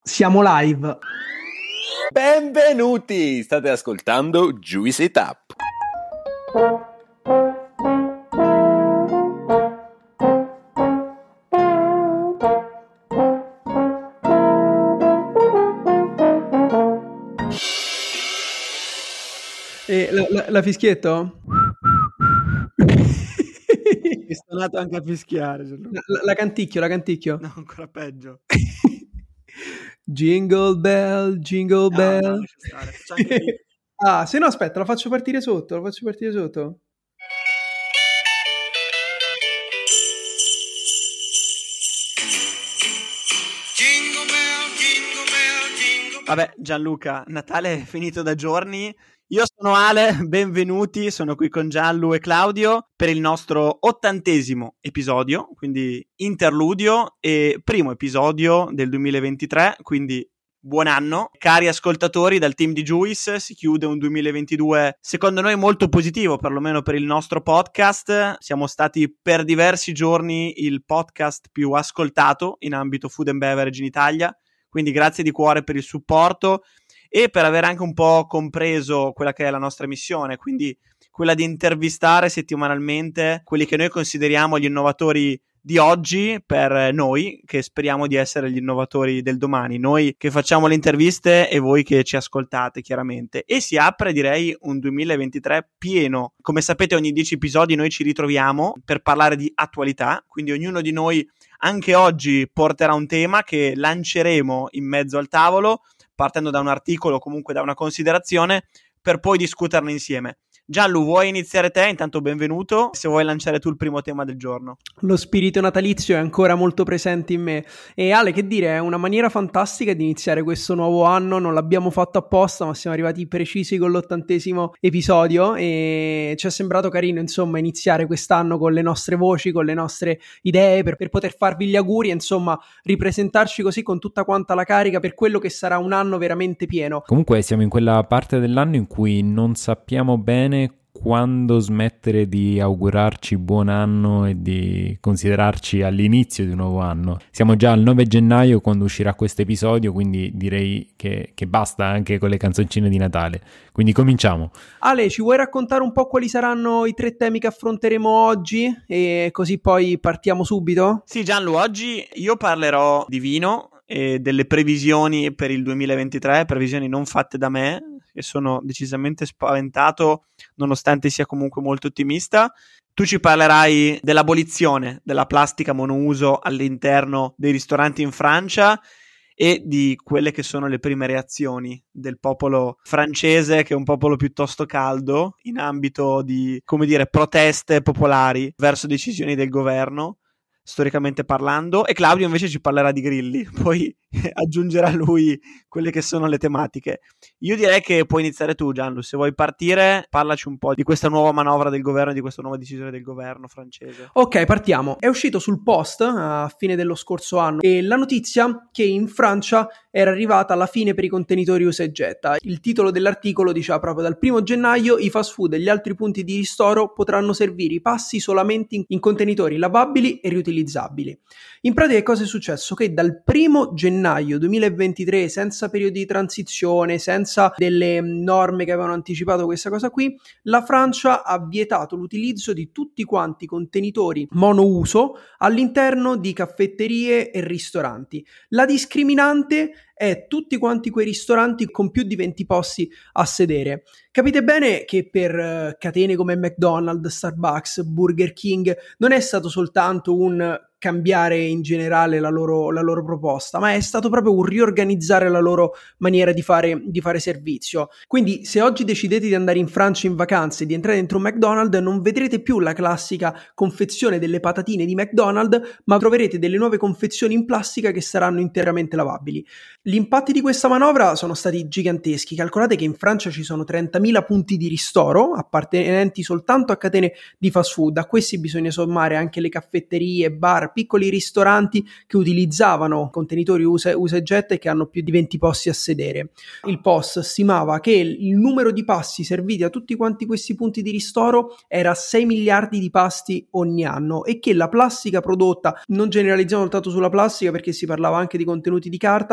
Siamo live. Benvenuti! State ascoltando Juice It Up. La fischietto? È suonato anche a fischiare. La canticchio. No, ancora peggio. Jingle bell, jingle bell. No, lascia stare. Faccio anche io. Ah, se no aspetta, lo faccio partire sotto. Vabbè, Gianluca, Natale è finito da giorni. Io sono Ale, benvenuti, sono qui con Gianlu e Claudio per il nostro 80° episodio, quindi interludio e primo episodio del 2023, quindi buon anno. Cari ascoltatori, dal team di Juice si chiude un 2022 secondo noi molto positivo, perlomeno per il nostro podcast. Siamo stati per diversi giorni il podcast più ascoltato in ambito food and beverage in Italia, quindi grazie di cuore per il supporto e per aver anche un po' compreso quella che è la nostra missione, quindi quella di intervistare settimanalmente quelli che noi consideriamo gli innovatori di oggi per noi, che speriamo di essere gli innovatori del domani, noi che facciamo le interviste e voi che ci ascoltate chiaramente. E si apre, direi, un 2023 pieno. Come sapete, ogni 10 episodi noi ci ritroviamo per parlare di attualità, quindi ognuno di noi anche oggi porterà un tema che lanceremo in mezzo al tavolo, partendo da un articolo o comunque da una considerazione, per poi discuterne insieme. Gianlu, vuoi iniziare te? Intanto benvenuto, se vuoi lanciare tu il primo tema del giorno. Lo spirito natalizio è ancora molto presente in me. E Ale, che dire, è una maniera fantastica di iniziare questo nuovo anno, non l'abbiamo fatto apposta, ma siamo arrivati precisi con l'80° episodio e ci è sembrato carino, insomma, iniziare quest'anno con le nostre voci, con le nostre idee, per poter farvi gli auguri e, insomma, ripresentarci così con tutta quanta la carica per quello che sarà un anno veramente pieno. Comunque siamo in quella parte dell'anno in cui non sappiamo bene quando smettere di augurarci buon anno e di considerarci all'inizio di un nuovo anno. Siamo già al 9 gennaio quando uscirà questo episodio, quindi direi che basta anche con le canzoncine di Natale. Quindi cominciamo. Ale, ci vuoi raccontare un po' quali saranno i 3 temi che affronteremo oggi e così poi partiamo subito? Sì, Gianlu, oggi io parlerò di vino e delle previsioni per il 2023, previsioni non fatte da me, che sono decisamente spaventato, nonostante sia comunque molto ottimista. Tu ci parlerai dell'abolizione della plastica monouso all'interno dei ristoranti in Francia e di quelle che sono le prime reazioni del popolo francese, che è un popolo piuttosto caldo in ambito di, come dire, proteste popolari verso decisioni del governo, storicamente parlando, e Claudio invece ci parlerà di grilli, poi aggiungerà lui quelle che sono le tematiche. Io direi che puoi iniziare tu, Gianlu, se vuoi partire parlaci un po' di questa nuova manovra del governo, di questa nuova decisione del governo francese. Ok, partiamo. È uscito sul Post a fine dello scorso anno e la notizia che in Francia era arrivata alla fine per i contenitori usa e getta. Il titolo dell'articolo diceva proprio: dal 1 gennaio i fast food e gli altri punti di ristoro potranno servire i pasti solamente in contenitori lavabili e riutilizzabili. In pratica cosa è successo? Che dal 1 gennaio 2023, senza periodi di transizione, senza delle norme che avevano anticipato questa cosa qui, la Francia ha vietato l'utilizzo di tutti quanti i contenitori monouso all'interno di caffetterie e ristoranti. La discriminante è tutti quanti quei ristoranti con più di 20 posti a sedere. Capite bene che per catene come McDonald's, Starbucks, Burger King non è stato soltanto un cambiare in generale la loro proposta, ma è stato proprio un riorganizzare la loro maniera di fare servizio. Quindi se oggi decidete di andare in Francia in vacanze e di entrare dentro un McDonald's, non vedrete più la classica confezione delle patatine di McDonald's, ma troverete delle nuove confezioni in plastica che saranno interamente lavabili. Gli impatti di questa manovra sono stati giganteschi. Calcolate che in Francia ci sono 30.000 punti di ristoro appartenenti soltanto a catene di fast food. A questi bisogna sommare anche le caffetterie, bar, piccoli ristoranti che utilizzavano contenitori usa e getta e che hanno più di 20 posti a sedere. Il Post stimava che il numero di pasti serviti a tutti quanti questi punti di ristoro era 6 miliardi di pasti ogni anno e che la plastica prodotta, non generalizziamo soltanto sulla plastica perché si parlava anche di contenuti di carta, era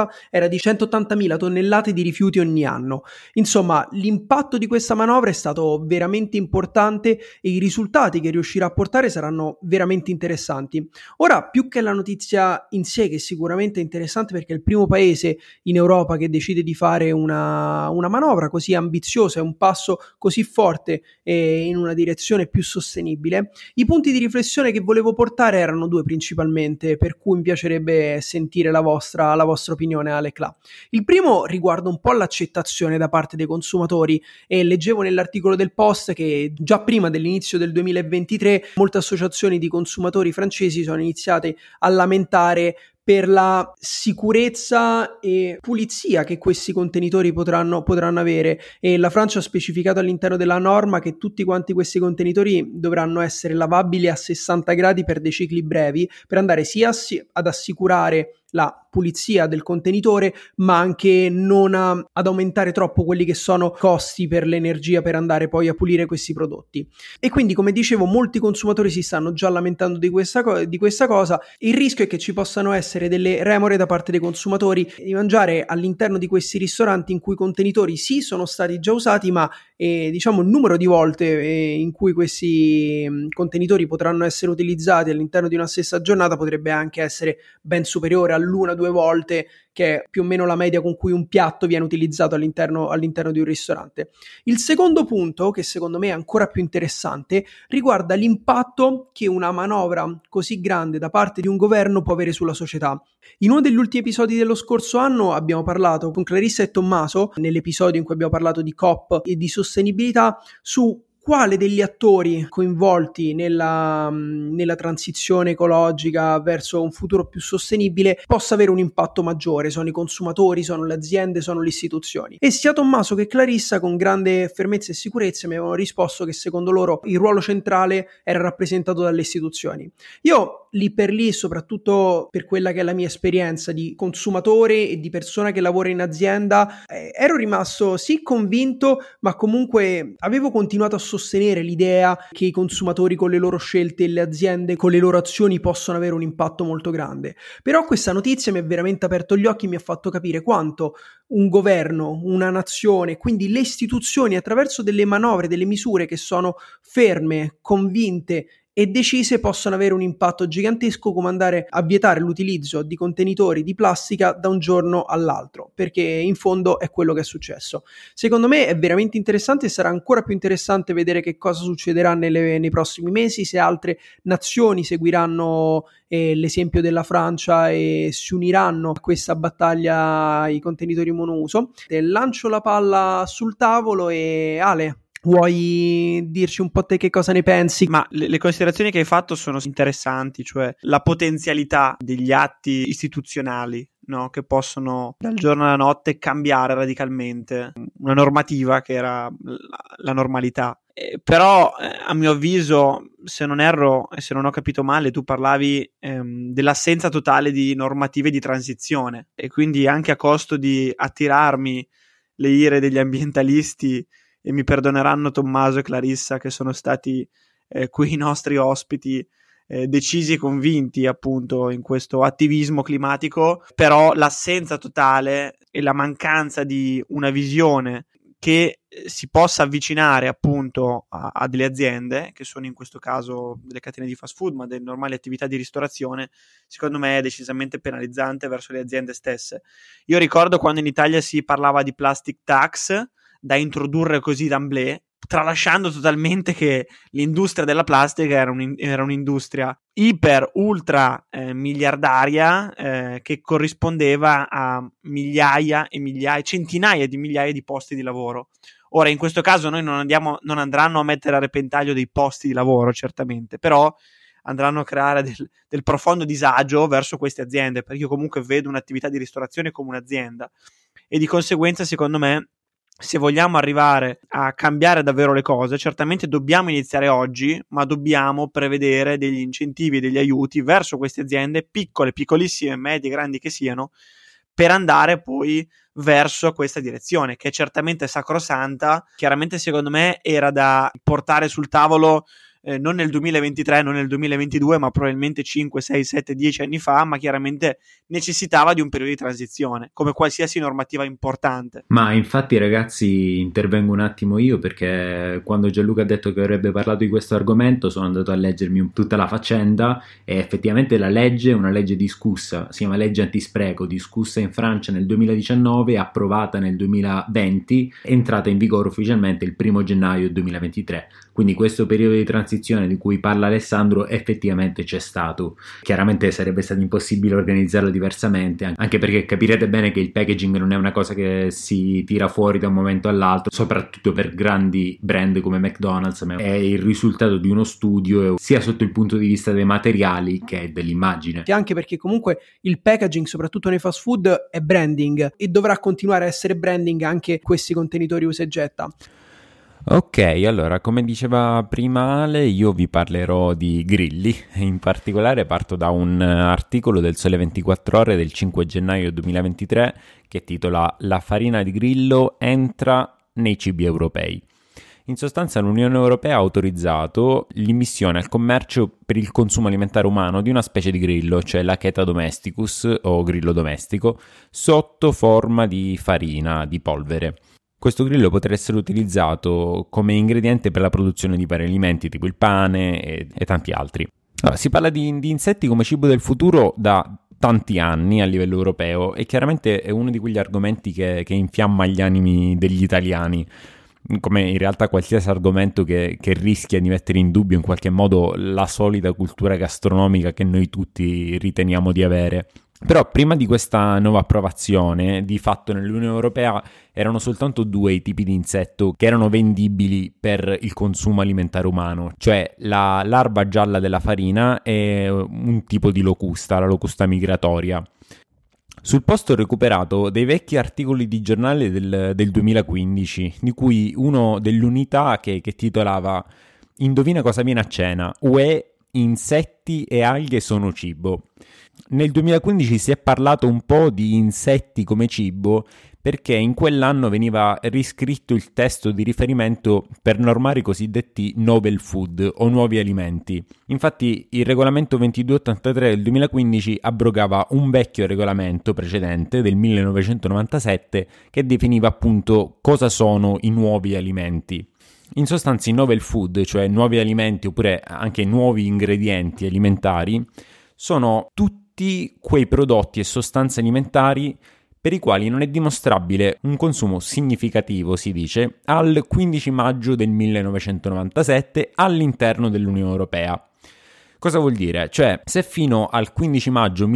era di 180.000 tonnellate di rifiuti ogni anno. Insomma, l'impatto di questa manovra è stato veramente importante e i risultati che riuscirà a portare saranno veramente interessanti. Ora, più che la notizia in sé, che sicuramente è interessante perché è il primo paese in Europa che decide di fare una manovra così ambiziosa e un passo così forte in una direzione più sostenibile, i punti di riflessione che volevo portare erano due principalmente, per cui mi piacerebbe sentire la vostra opinione, Alecla. Il primo riguarda un po' l'accettazione da parte dei consumatori, e leggevo nell'articolo del Post che già prima dell'inizio del 2023 molte associazioni di consumatori francesi sono iniziate a lamentare per la sicurezza e pulizia che questi contenitori potranno avere, e la Francia ha specificato all'interno della norma che tutti quanti questi contenitori dovranno essere lavabili a 60 gradi per dei cicli brevi, per andare sia ad assicurare la pulizia del contenitore, ma anche non ad aumentare troppo quelli che sono costi per l'energia per andare poi a pulire questi prodotti. E quindi, come dicevo, molti consumatori si stanno già lamentando di questa cosa. Il rischio è che ci possano essere delle remore da parte dei consumatori di mangiare all'interno di questi ristoranti in cui i contenitori sì sono stati già usati, ma diciamo il numero di volte in cui questi contenitori potranno essere utilizzati all'interno di una stessa giornata potrebbe anche essere ben superiore all'1 o 2 volte, che è più o meno la media con cui un piatto viene utilizzato all'interno di un ristorante. Il secondo punto, che secondo me è ancora più interessante, riguarda l'impatto che una manovra così grande da parte di un governo può avere sulla società. In uno degli ultimi episodi dello scorso anno abbiamo parlato con Clarissa e Tommaso, nell'episodio in cui abbiamo parlato di COP e di sostenibilità, su quale degli attori coinvolti nella transizione ecologica verso un futuro più sostenibile possa avere un impatto maggiore. Sono i consumatori, sono le aziende, sono le istituzioni. E sia Tommaso che Clarissa con grande fermezza e sicurezza mi avevano risposto che secondo loro il ruolo centrale era rappresentato dalle istituzioni. Io lì per lì, soprattutto per quella che è la mia esperienza di consumatore e di persona che lavora in azienda, ero rimasto sì convinto, ma comunque avevo continuato a sostenere l'idea che i consumatori con le loro scelte e le aziende con le loro azioni possono avere un impatto molto grande. Però questa notizia mi ha veramente aperto gli occhi e mi ha fatto capire quanto un governo, una nazione, quindi le istituzioni, attraverso delle manovre, delle misure che sono ferme, convinte e decise, possono avere un impatto gigantesco, come andare a vietare l'utilizzo di contenitori di plastica da un giorno all'altro, perché in fondo è quello che è successo. Secondo me è veramente interessante e sarà ancora più interessante vedere che cosa succederà nei prossimi mesi, se altre nazioni seguiranno l'esempio della Francia e si uniranno a questa battaglia ai contenitori monouso. Lancio la palla sul tavolo e Ale, vuoi dirci un po' te che cosa ne pensi? Ma le considerazioni che hai fatto sono interessanti, cioè la potenzialità degli atti istituzionali, no? Che possono dal giorno alla notte cambiare radicalmente una normativa che era la normalità. Però a mio avviso, se non erro e se non ho capito male, tu parlavi dell'assenza totale di normative di transizione, e quindi anche a costo di attirarmi le ire degli ambientalisti, e mi perdoneranno Tommaso e Clarissa che sono stati qui i nostri ospiti, decisi e convinti appunto in questo attivismo climatico, però l'assenza totale e la mancanza di una visione che si possa avvicinare appunto a delle aziende, che sono in questo caso delle catene di fast food, ma delle normali attività di ristorazione, secondo me è decisamente penalizzante verso le aziende stesse. Io ricordo quando in Italia si parlava di plastic tax, da introdurre così d'emblée, tralasciando totalmente che l'industria della plastica era un'industria iper ultra miliardaria, che corrispondeva a migliaia e migliaia, centinaia di migliaia di posti di lavoro. Ora, in questo caso noi non andranno a mettere a repentaglio dei posti di lavoro, certamente, però andranno a creare del profondo disagio verso queste aziende, perché io comunque vedo un'attività di ristorazione come un'azienda, e di conseguenza secondo me, se vogliamo arrivare a cambiare davvero le cose, certamente dobbiamo iniziare oggi, ma dobbiamo prevedere degli incentivi e degli aiuti verso queste aziende piccole, piccolissime, medie, grandi che siano, per andare poi verso questa direzione, che è certamente sacrosanta. Chiaramente secondo me era da portare sul tavolo non nel 2023, non nel 2022, ma probabilmente 5, 6, 7, 10 anni fa, ma chiaramente necessitava di un periodo di transizione, come qualsiasi normativa importante. Ma infatti, ragazzi, intervengo un attimo io, perché quando Gianluca ha detto che avrebbe parlato di questo argomento sono andato a leggermi tutta la faccenda, e effettivamente la legge è una legge discussa, si chiama legge antispreco, discussa in Francia nel 2019, approvata nel 2020, entrata in vigore ufficialmente il 1 gennaio 2023. Quindi questo periodo di transizione di cui parla Alessandro effettivamente c'è stato. Chiaramente sarebbe stato impossibile organizzarlo diversamente, anche perché capirete bene che il packaging non è una cosa che si tira fuori da un momento all'altro, soprattutto per grandi brand come McDonald's, ma è il risultato di uno studio sia sotto il punto di vista dei materiali che dell'immagine. E anche perché comunque il packaging, soprattutto nei fast food, è branding e dovrà continuare a essere branding anche questi contenitori usa e getta. Ok, allora, come diceva prima Ale, io vi parlerò di grilli. In particolare parto da un articolo del Sole 24 Ore del 5 gennaio 2023 che titola "La farina di grillo entra nei cibi europei". In sostanza l'Unione Europea ha autorizzato l'immissione al commercio per il consumo alimentare umano di una specie di grillo, cioè l'Acheta domesticus o grillo domestico, sotto forma di farina di polvere. Questo grillo potrà essere utilizzato come ingrediente per la produzione di vari alimenti, tipo il pane e tanti altri. Allora, si parla di insetti come cibo del futuro da tanti anni a livello europeo, e chiaramente è uno di quegli argomenti che infiamma gli animi degli italiani, come in realtà qualsiasi argomento che rischia di mettere in dubbio in qualche modo la solida cultura gastronomica che noi tutti riteniamo di avere. Però prima di questa nuova approvazione, di fatto nell'Unione Europea erano soltanto 2 i tipi di insetto che erano vendibili per il consumo alimentare umano, cioè la larva gialla della farina e un tipo di locusta, la locusta migratoria. Sul posto ho recuperato dei vecchi articoli di giornale del 2015, di cui uno dell'Unità che titolava "Indovina cosa viene a cena? UE, insetti e alghe sono cibo". Nel 2015 si è parlato un po' di insetti come cibo perché in quell'anno veniva riscritto il testo di riferimento per normare i cosiddetti novel food o nuovi alimenti. Infatti il regolamento 2283 del 2015 abrogava un vecchio regolamento precedente del 1997 che definiva appunto cosa sono i nuovi alimenti. In sostanza i novel food, cioè nuovi alimenti oppure anche nuovi ingredienti alimentari, sono tutti quei prodotti e sostanze alimentari per i quali non è dimostrabile un consumo significativo, si dice, al 15 maggio del 1997 all'interno dell'Unione Europea. Cosa vuol dire? Cioè, se fino al 15 maggio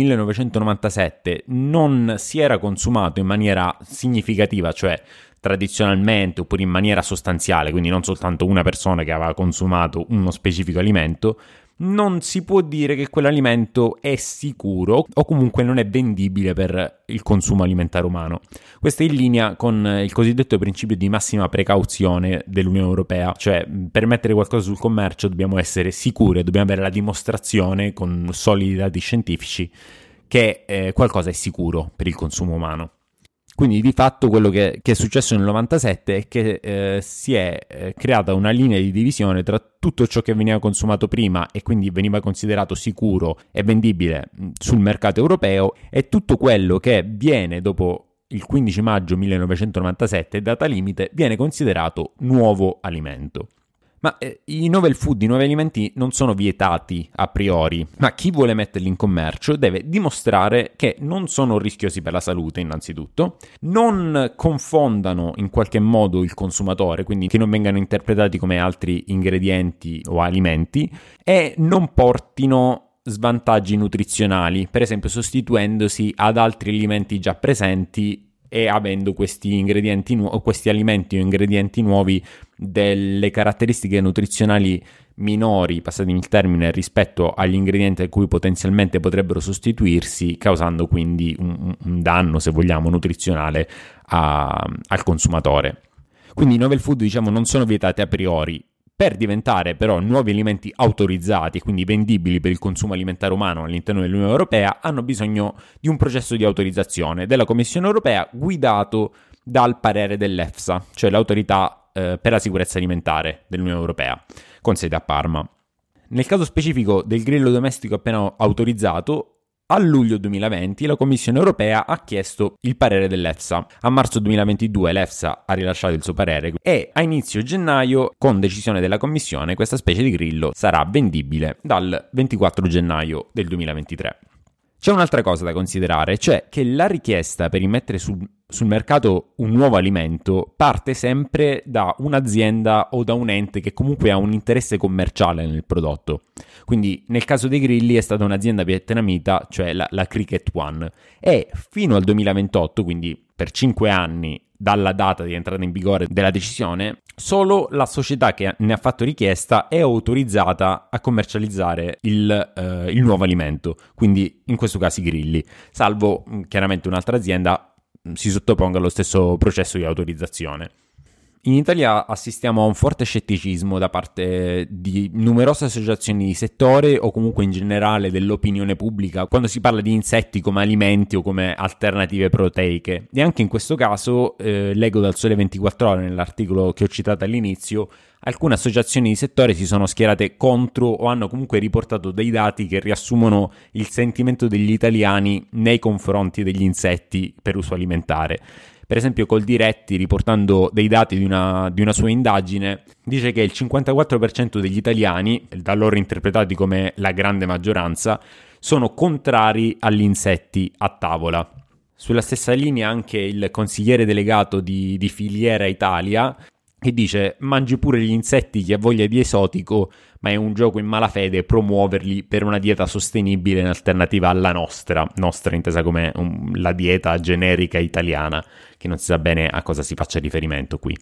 1997 non si era consumato in maniera significativa, cioè tradizionalmente oppure in maniera sostanziale, quindi non soltanto una persona che aveva consumato uno specifico alimento, non si può dire che quell'alimento è sicuro o comunque non è vendibile per il consumo alimentare umano. Questo è in linea con il cosiddetto principio di massima precauzione dell'Unione Europea, cioè per mettere qualcosa sul commercio dobbiamo essere sicuri, dobbiamo avere la dimostrazione con solidi dati scientifici che qualcosa è sicuro per il consumo umano. Quindi di fatto quello che è successo nel 97 è che si è creata una linea di divisione tra tutto ciò che veniva consumato prima e quindi veniva considerato sicuro e vendibile sul mercato europeo e tutto quello che viene dopo il 15 maggio 1997, data limite, viene considerato nuovo alimento. Ma i novel food, i nuovi alimenti non sono vietati a priori, ma chi vuole metterli in commercio deve dimostrare che non sono rischiosi per la salute innanzitutto, non confondano in qualche modo il consumatore, quindi che non vengano interpretati come altri ingredienti o alimenti, e non portino svantaggi nutrizionali, per esempio sostituendosi ad altri alimenti già presenti e avendo questi ingredienti questi alimenti o ingredienti nuovi delle caratteristiche nutrizionali minori, passatemi il termine, rispetto agli ingredienti a cui potenzialmente potrebbero sostituirsi, causando quindi un danno, se vogliamo, nutrizionale al consumatore. Quindi i novel food, diciamo, non sono vietati a priori. Per diventare però nuovi alimenti autorizzati e quindi vendibili per il consumo alimentare umano all'interno dell'Unione Europea hanno bisogno di un processo di autorizzazione della Commissione Europea guidato dal parere dell'EFSA, cioè l'autorità per la sicurezza alimentare dell'Unione Europea. con sede a Parma. Nel caso specifico del grillo domestico appena autorizzato, a luglio 2020 la Commissione europea ha chiesto il parere dell'EFSA. A marzo 2022 l'EFSA ha rilasciato il suo parere e a inizio gennaio, con decisione della Commissione, questa specie di grillo sarà vendibile dal 24 gennaio del 2023. C'è un'altra cosa da considerare, cioè che la richiesta per immettere sul mercato un nuovo alimento parte sempre da un'azienda o da un ente che comunque ha un interesse commerciale nel prodotto. Quindi nel caso dei grilli è stata un'azienda vietnamita, cioè la Cricket One, e fino al 2028, quindi per 5 anni dalla data di entrata in vigore della decisione, solo la società che ne ha fatto richiesta è autorizzata a commercializzare il nuovo alimento, quindi in questo caso i grilli, salvo chiaramente un'altra azienda si sottoponga allo stesso processo di autorizzazione. In Italia assistiamo a un forte scetticismo da parte di numerose associazioni di settore o comunque in generale dell'opinione pubblica quando si parla di insetti come alimenti o come alternative proteiche. E anche in questo caso, leggo dal Sole 24 Ore nell'articolo che ho citato all'inizio, alcune associazioni di settore si sono schierate contro o hanno comunque riportato dei dati che riassumono il sentimento degli italiani nei confronti degli insetti per uso alimentare. Per esempio Coldiretti, riportando dei dati di una sua indagine, dice che il 54% degli italiani, da loro interpretati come la grande maggioranza, sono contrari agli insetti a tavola. Sulla stessa linea anche il consigliere delegato di Filiera Italia, che dice: mangi pure gli insetti chi ha voglia di esotico, ma è un gioco in malafede promuoverli per una dieta sostenibile in alternativa alla nostra intesa come la dieta generica italiana, che non si sa bene a cosa si faccia riferimento qui.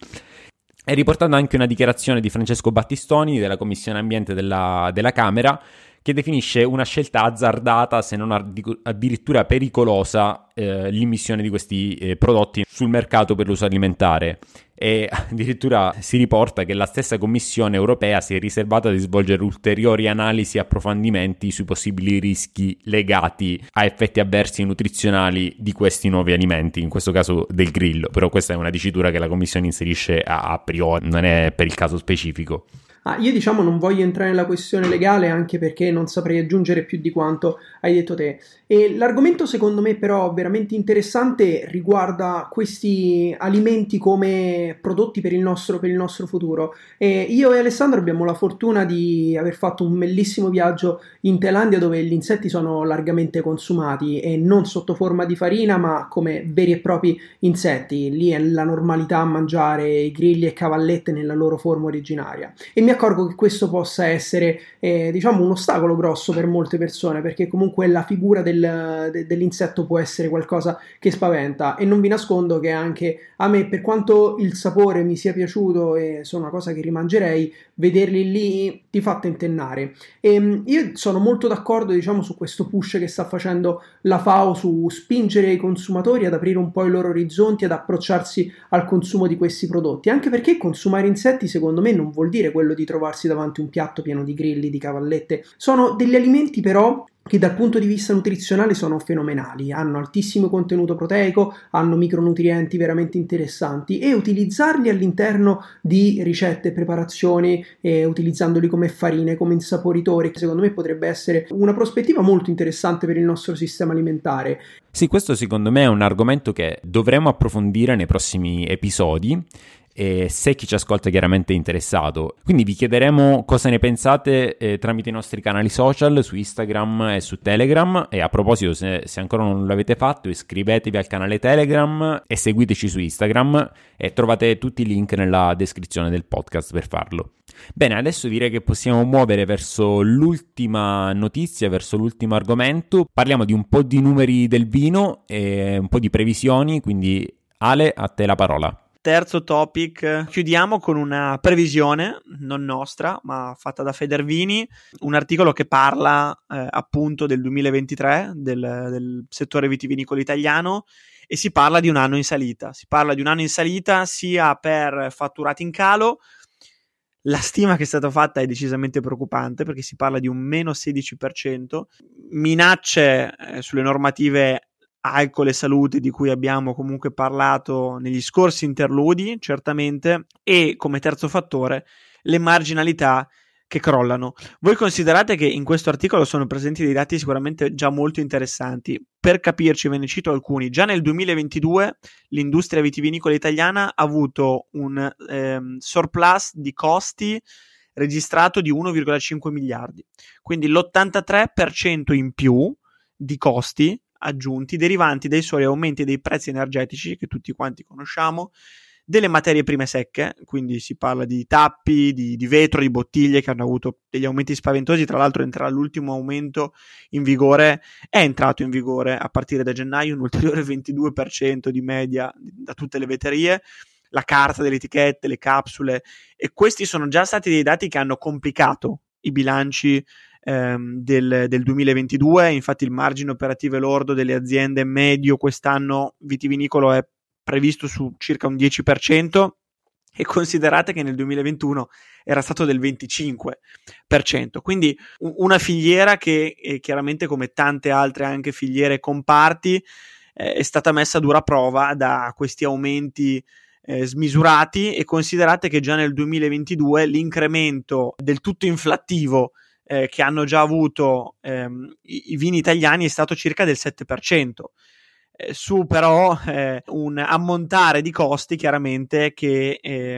È riportata anche una dichiarazione di Francesco Battistoni della Commissione Ambiente della Camera, che definisce una scelta azzardata, se non addirittura pericolosa, l'immissione di questi prodotti sul mercato per l'uso alimentare. E addirittura si riporta che la stessa Commissione europea si è riservata di svolgere ulteriori analisi e approfondimenti sui possibili rischi legati a effetti avversi nutrizionali di questi nuovi alimenti, in questo caso del grillo, però questa è una dicitura che la Commissione inserisce a priori, non è per il caso specifico. Io non voglio entrare nella questione legale, anche perché non saprei aggiungere più di quanto hai detto te. E l'argomento secondo me però veramente interessante riguarda questi alimenti come prodotti per il nostro futuro. E io e Alessandro abbiamo la fortuna di aver fatto un bellissimo viaggio in Thailandia, dove gli insetti sono largamente consumati e non sotto forma di farina, ma come veri e propri insetti. Lì è la normalità mangiare i grilli e cavallette nella loro forma originaria. E mi accorgo che questo possa essere un ostacolo grosso per molte persone, perché comunque la figura dell'insetto può essere qualcosa che spaventa, e non vi nascondo che anche a me, per quanto il sapore mi sia piaciuto e sono una cosa che rimangerei, vederli lì ti fa tentennare. E io sono molto d'accordo su questo push che sta facendo la FAO su spingere i consumatori ad aprire un po' i loro orizzonti, ad approcciarsi al consumo di questi prodotti, anche perché consumare insetti secondo me non vuol dire quello di trovarsi davanti un piatto pieno di grilli, di cavallette. Sono degli alimenti però che dal punto di vista nutrizionale sono fenomenali, hanno altissimo contenuto proteico, hanno micronutrienti veramente interessanti, e utilizzarli all'interno di ricette e preparazioni, utilizzandoli come farine, come insaporitori, secondo me potrebbe essere una prospettiva molto interessante per il nostro sistema alimentare. Sì, questo secondo me è un argomento che dovremo approfondire nei prossimi episodi, e se chi ci ascolta chiaramente è interessato. Quindi vi chiederemo cosa ne pensate tramite i nostri canali social su Instagram e su Telegram. E a proposito, se ancora non l'avete fatto, iscrivetevi al canale Telegram e seguiteci su Instagram, e trovate tutti i link nella descrizione del podcast per farlo. Bene, adesso direi che possiamo muovere verso l'ultima notizia, verso l'ultimo argomento. Parliamo di un po' di numeri del vino e un po' di previsioni, quindi Ale, a te la parola. Terzo topic, chiudiamo con una previsione non nostra ma fatta da Federvini, un articolo che parla appunto del 2023 del settore vitivinicolo italiano, e si parla di un anno in salita. Sia per fatturati in calo. La stima che è stata fatta è decisamente preoccupante, perché si parla di un meno 16%, minacce sulle normative alcol e salute di cui abbiamo comunque parlato negli scorsi interludi, certamente, e come terzo fattore le marginalità che crollano. Voi considerate che in questo articolo sono presenti dei dati sicuramente già molto interessanti. Per capirci, ve ne cito alcuni. Già nel 2022 l'industria vitivinicola italiana ha avuto un surplus di costi registrato di 1,5 miliardi. Quindi l'83% in più di costi aggiunti derivanti dai soli aumenti dei prezzi energetici che tutti quanti conosciamo, delle materie prime secche, quindi si parla di tappi, di vetro, di bottiglie che hanno avuto degli aumenti spaventosi. Tra l'altro entrerà l'ultimo aumento in vigore, è entrato in vigore a partire da gennaio, un ulteriore 22% di media da tutte le vetrerie, la carta delle etichette, le capsule, e questi sono già stati dei dati che hanno complicato i bilanci del 2022. Infatti il margine operativo lordo delle aziende medio quest'anno vitivinicolo è previsto su circa un 10%, e considerate che nel 2021 era stato del 25%, quindi una filiera che chiaramente, come tante altre anche filiere e comparti, è stata messa a dura prova da questi aumenti smisurati. E considerate che già nel 2022 l'incremento del tutto inflattivo che hanno già avuto i vini italiani è stato circa del 7%. Su però un ammontare di costi chiaramente che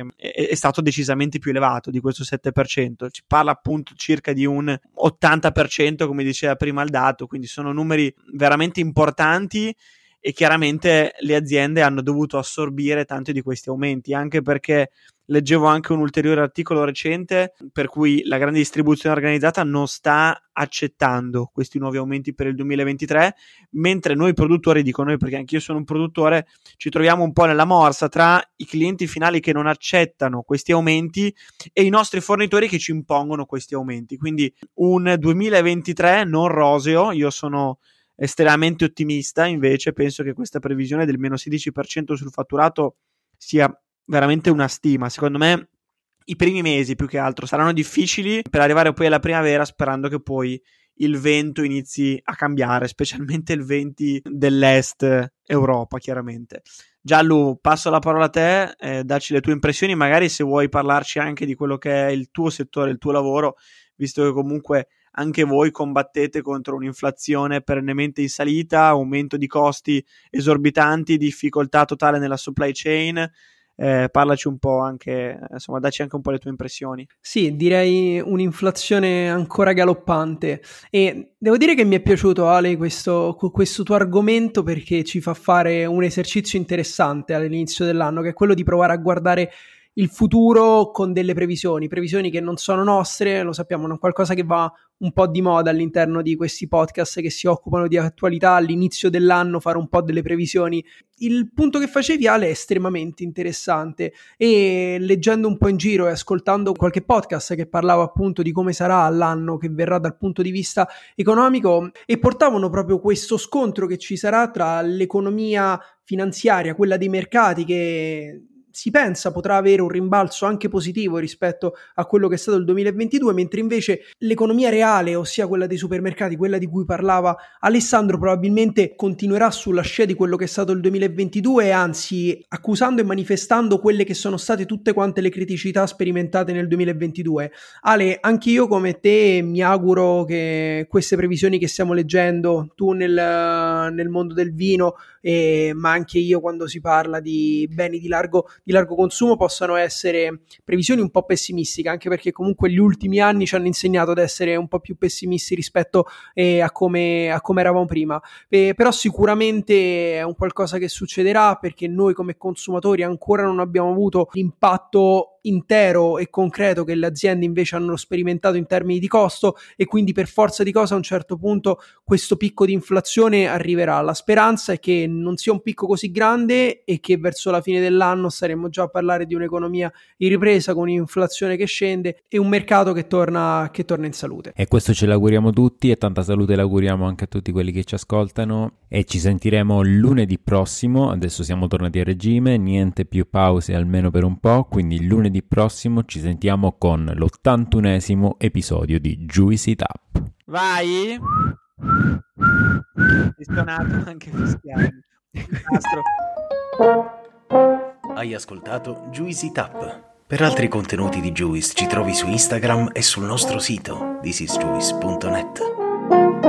è stato decisamente più elevato di questo 7%. Si parla appunto circa di un 80%, come diceva prima il dato, quindi sono numeri veramente importanti, e chiaramente le aziende hanno dovuto assorbire tanti di questi aumenti, anche perché leggevo anche un ulteriore articolo recente per cui la grande distribuzione organizzata non sta accettando questi nuovi aumenti per il 2023, mentre noi produttori, dico noi perché anch'io sono un produttore, ci troviamo un po' nella morsa tra i clienti finali che non accettano questi aumenti e i nostri fornitori che ci impongono questi aumenti. Quindi un 2023 non roseo. Io sono estremamente ottimista, invece penso che questa previsione del meno 16% sul fatturato sia veramente una stima. Secondo me i primi mesi più che altro saranno difficili per arrivare poi alla primavera, sperando che poi il vento inizi a cambiare, specialmente il venti dell'est Europa, chiaramente. Giallo, passo la parola a te, dacci le tue impressioni, magari se vuoi parlarci anche di quello che è il tuo settore, il tuo lavoro, visto che comunque anche voi combattete contro un'inflazione perennemente in salita, aumento di costi esorbitanti, difficoltà totale nella supply chain. Parlaci un po' anche, insomma, dacci anche un po' le tue impressioni. Sì, direi un'inflazione ancora galoppante, e devo dire che mi è piaciuto, Ale, questo tuo argomento, perché ci fa fare un esercizio interessante all'inizio dell'anno, che è quello di provare a guardare il futuro con delle previsioni che non sono nostre, lo sappiamo, non qualcosa che va un po' di moda all'interno di questi podcast che si occupano di attualità all'inizio dell'anno, fare un po' delle previsioni. Il punto che facevi, Ale, è estremamente interessante, e leggendo un po' in giro e ascoltando qualche podcast che parlava appunto di come sarà l'anno che verrà dal punto di vista economico, e portavano proprio questo scontro che ci sarà tra l'economia finanziaria, quella dei mercati, che si pensa potrà avere un rimbalzo anche positivo rispetto a quello che è stato il 2022, mentre invece l'economia reale, ossia quella dei supermercati, quella di cui parlava Alessandro, probabilmente continuerà sulla scia di quello che è stato il 2022, anzi accusando e manifestando quelle che sono state tutte quante le criticità sperimentate nel 2022. Ale, anche io come te mi auguro che queste previsioni che stiamo leggendo, tu nel mondo del vino, ma anche io quando si parla di beni di largo consumo, possano essere previsioni un po' pessimistiche, anche perché comunque gli ultimi anni ci hanno insegnato ad essere un po' più pessimisti rispetto a come eravamo prima. Però sicuramente è un qualcosa che succederà, perché noi come consumatori ancora non abbiamo avuto l'impatto intero e concreto che le aziende invece hanno sperimentato in termini di costo, e quindi per forza di cosa a un certo punto questo picco di inflazione arriverà. La speranza è che non sia un picco così grande e che verso la fine dell'anno saremo già a parlare di un'economia in ripresa, con un'inflazione che scende e un mercato che torna in salute. E questo ce l'auguriamo tutti, e tanta salute l'auguriamo anche a tutti quelli che ci ascoltano, e ci sentiremo lunedì prossimo. Adesso siamo tornati a regime, niente più pause almeno per un po', quindi lunedì prossimo ci sentiamo con l'81esimo episodio di Juicy Tap. Vai! È suonato anche fischiando. Hai ascoltato Juicy Tap, Per altri contenuti di Juice ci trovi su Instagram e sul nostro sito thisisjuice.net.